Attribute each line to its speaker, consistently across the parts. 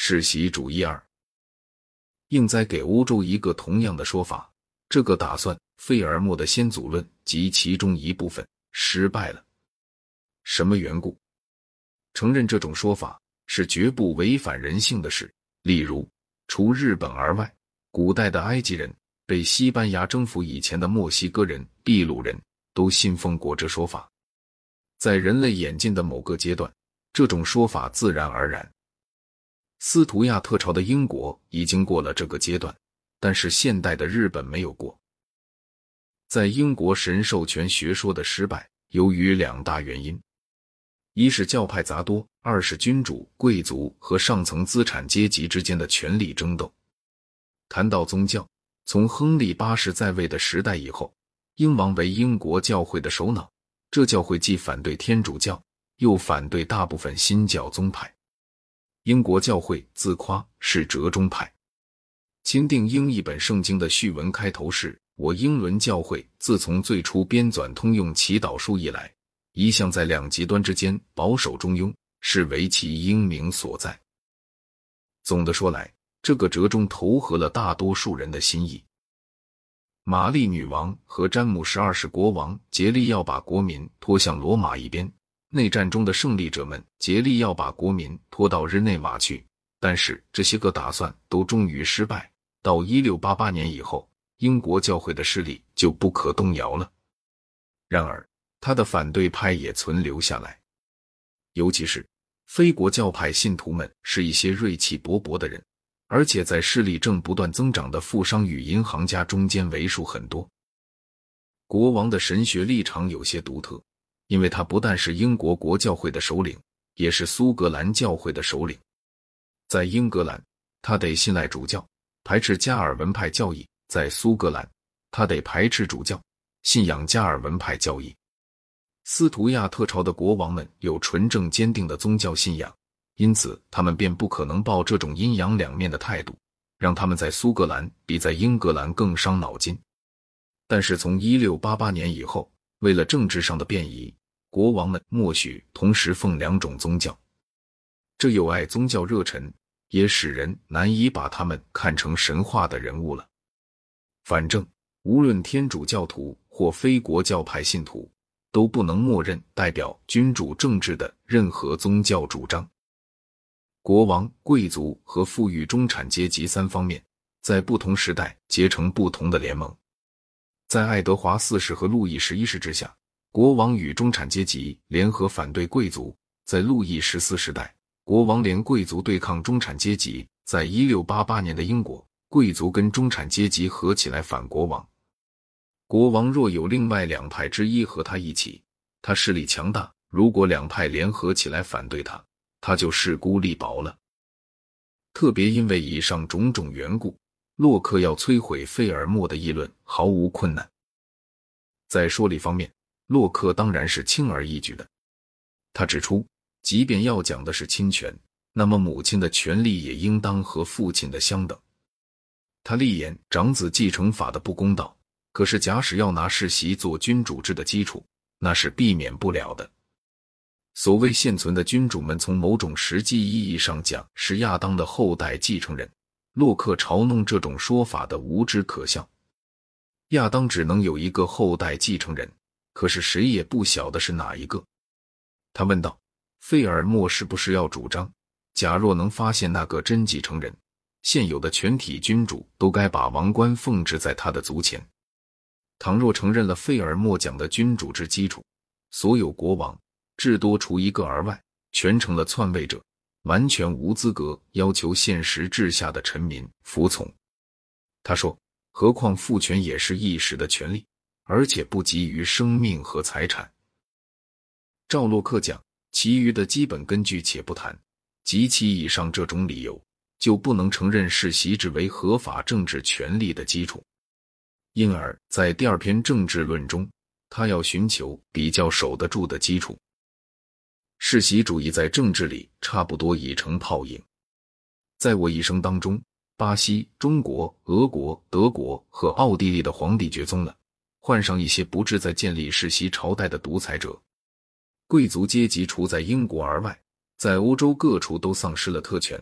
Speaker 1: 世袭主义二。应在给欧洲一个同样的说法，这个打算费尔莫的先祖论及其中一部分失败了。什么缘故？承认这种说法是绝不违反人性的事。例如，除日本而外，古代的埃及人、被西班牙征服以前的墨西哥人、秘鲁人都信奉过这说法。在人类演进的某个阶段，这种说法自然而然。斯图亚特朝的英国已经过了这个阶段，但是现代的日本没有过。在英国神授权学说的失败，由于两大原因：一是教派杂多，二是君主、贵族和上层资产阶级之间的权力争斗。谈到宗教，从亨利八世在位的时代以后，英王为英国教会的首脑，这教会既反对天主教，又反对大部分新教宗派。英国教会自夸是折中派。钦定英译本圣经的序文开头是：我英伦教会自从最初编纂通用祈祷书以来，一向在两极端之间保守中庸，是为其英名所在。总的说来，这个折中投合了大多数人的心意。玛丽女王和詹姆士二世国王竭力要把国民拖向罗马一边，内战中的胜利者们竭力要把国民拖到日内瓦去，但是这些个打算都终于失败。到1688年以后，英国教会的势力就不可动摇了。然而，他的反对派也存留下来，尤其是非国教派信徒们是一些锐气勃勃的人，而且在势力正不断增长的富商与银行家中间为数很多。国王的神学立场有些独特，因为他不但是英国国教会的首领，也是苏格兰教会的首领。在英格兰，他得信赖主教，排斥加尔文派教义；在苏格兰，他得排斥主教，信仰加尔文派教义。斯图亚特朝的国王们有纯正坚定的宗教信仰，因此他们便不可能抱这种阴阳两面的态度，让他们在苏格兰比在英格兰更伤脑筋。但是从1688年以后，为了政治上的便宜，国王们默许同时奉两种宗教，这有碍宗教热忱，也使人难以把他们看成神话的人物了。反正无论天主教徒或非国教派信徒，都不能默认代表君主政治的任何宗教主张。国王、贵族和富裕中产阶级三方面在不同时代结成不同的联盟。在爱德华4世和路易11世之下，国王与中产阶级联合反对贵族；在路易14时代，国王连贵族对抗中产阶级；在1688年的英国，贵族跟中产阶级合起来反国王。国王若有另外两派之一和他一起，他势力强大；如果两派联合起来反对他，他就势孤力薄了。特别因为以上种种缘故，洛克要摧毁费尔莫的议论毫无困难。在说理方面，洛克当然是轻而易举的。他指出，即便要讲的是亲权，那么母亲的权利也应当和父亲的相等。他立言长子继承法的不公道，可是假使要拿世袭做君主制的基础，那是避免不了的。所谓现存的君主们，从某种实际意义上讲是亚当的后代继承人。洛克嘲弄这种说法的无知可笑。亚当只能有一个后代继承人，可是谁也不晓得是哪一个。他问道，费尔莫是不是要主张，假若能发现那个真继承人，现有的全体君主都该把王冠奉置在他的足前？倘若承认了费尔莫讲的君主制基础，所有国王至多除一个而外，全成了篡位者，完全无资格要求现实治下的臣民服从。他说，何况父权也是一时的权利，而且不及于生命和财产。照洛克讲，其余的基本根据且不谈，及其以上这种理由，就不能承认世袭制为合法政治权利的基础。因而在第二篇政治论中，他要寻求比较守得住的基础。世袭主义在政治里差不多已成泡影。在我一生当中，巴西、中国、俄国、德国和奥地利的皇帝绝踪了，换上一些不志在建立世袭朝代的独裁者。贵族阶级除在英国而外，在欧洲各处都丧失了特权，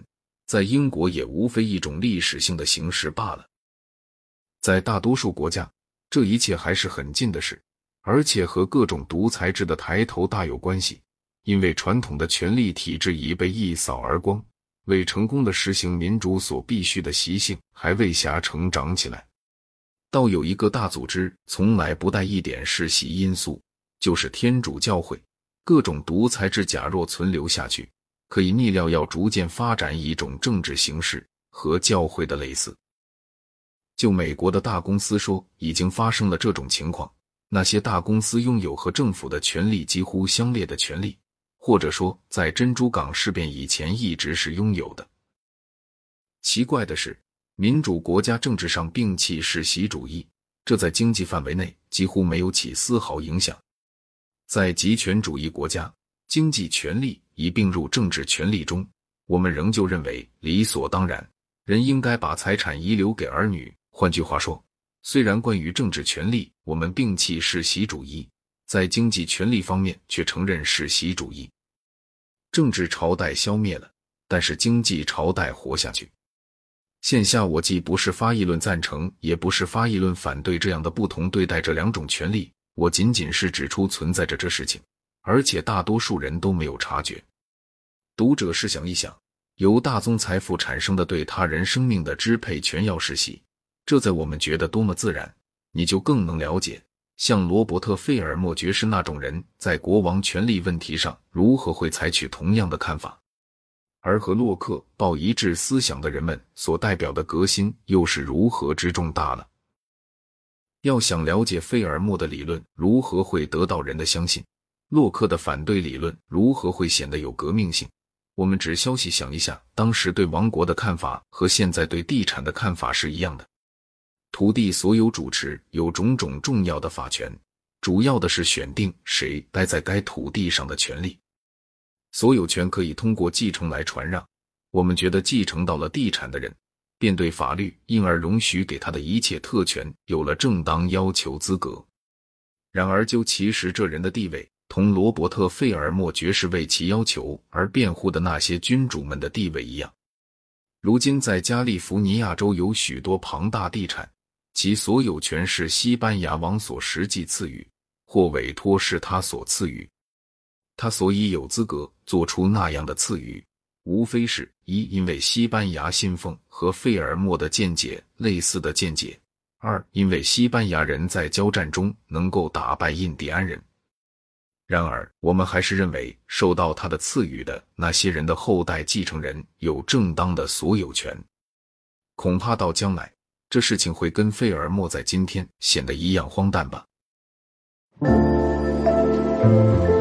Speaker 1: 在英国也无非一种历史性的形式罢了。在大多数国家，这一切还是很近的事，而且和各种独裁制的抬头大有关系，因为传统的权力体制已被一扫而光，为成功的实行民主所必须的习性还未暇成长起来。倒有一个大组织从来不带一点世袭因素，就是天主教会。各种独裁制假若存留下去，可以逆料要逐渐发展一种政治形式，和教会的类似。就美国的大公司说，已经发生了这种情况，那些大公司拥有和政府的权力几乎相列的权利，或者说在珍珠港事变以前一直是拥有的。奇怪的是，民主国家政治上摒弃世袭主义，这在经济范围内几乎没有起丝毫影响。在极权主义国家，经济权利已并入政治权利中，我们仍旧认为理所当然，人应该把财产遗留给儿女。换句话说，虽然关于政治权利我们摒弃世袭主义，在经济权利方面却承认世袭主义。政治朝代消灭了，但是经济朝代活下去。现下我既不是发议论赞成，也不是发议论反对这样的不同对待这两种权利，我仅仅是指出存在着这事情，而且大多数人都没有察觉。读者试想一想，由大宗财富产生的对他人生命的支配权要世袭，这在我们觉得多么自然，你就更能了解像罗伯特·费尔莫爵士那种人在国王权力问题上如何会采取同样的看法，而和洛克抱一致思想的人们所代表的革新又是如何之重大了。要想了解费尔莫的理论如何会得到人的相信，洛克的反对理论如何会显得有革命性，我们只消息想一下，当时对王国的看法和现在对地产的看法是一样的。土地所有主持有种种重要的法权，主要的是选定谁待在该土地上的权利。所有权可以通过继承来传让，我们觉得继承到了地产的人，便对法律因而容许给他的一切特权有了正当要求资格。然而就其实这人的地位，同罗伯特·费尔莫爵士为其要求而辩护的那些君主们的地位一样。如今在加利福尼亚州有许多庞大地产，其所有权是西班牙王所实际赐予，或委托是他所赐予。他所以有资格做出那样的赐予，无非是一，因为西班牙信奉和费尔莫的见解类似的见解；二，因为西班牙人在交战中能够打败印第安人。然而，我们还是认为受到他的赐予的那些人的后代继承人有正当的所有权。恐怕到将来，这事情会跟费尔莫在今天显得一样荒诞吧。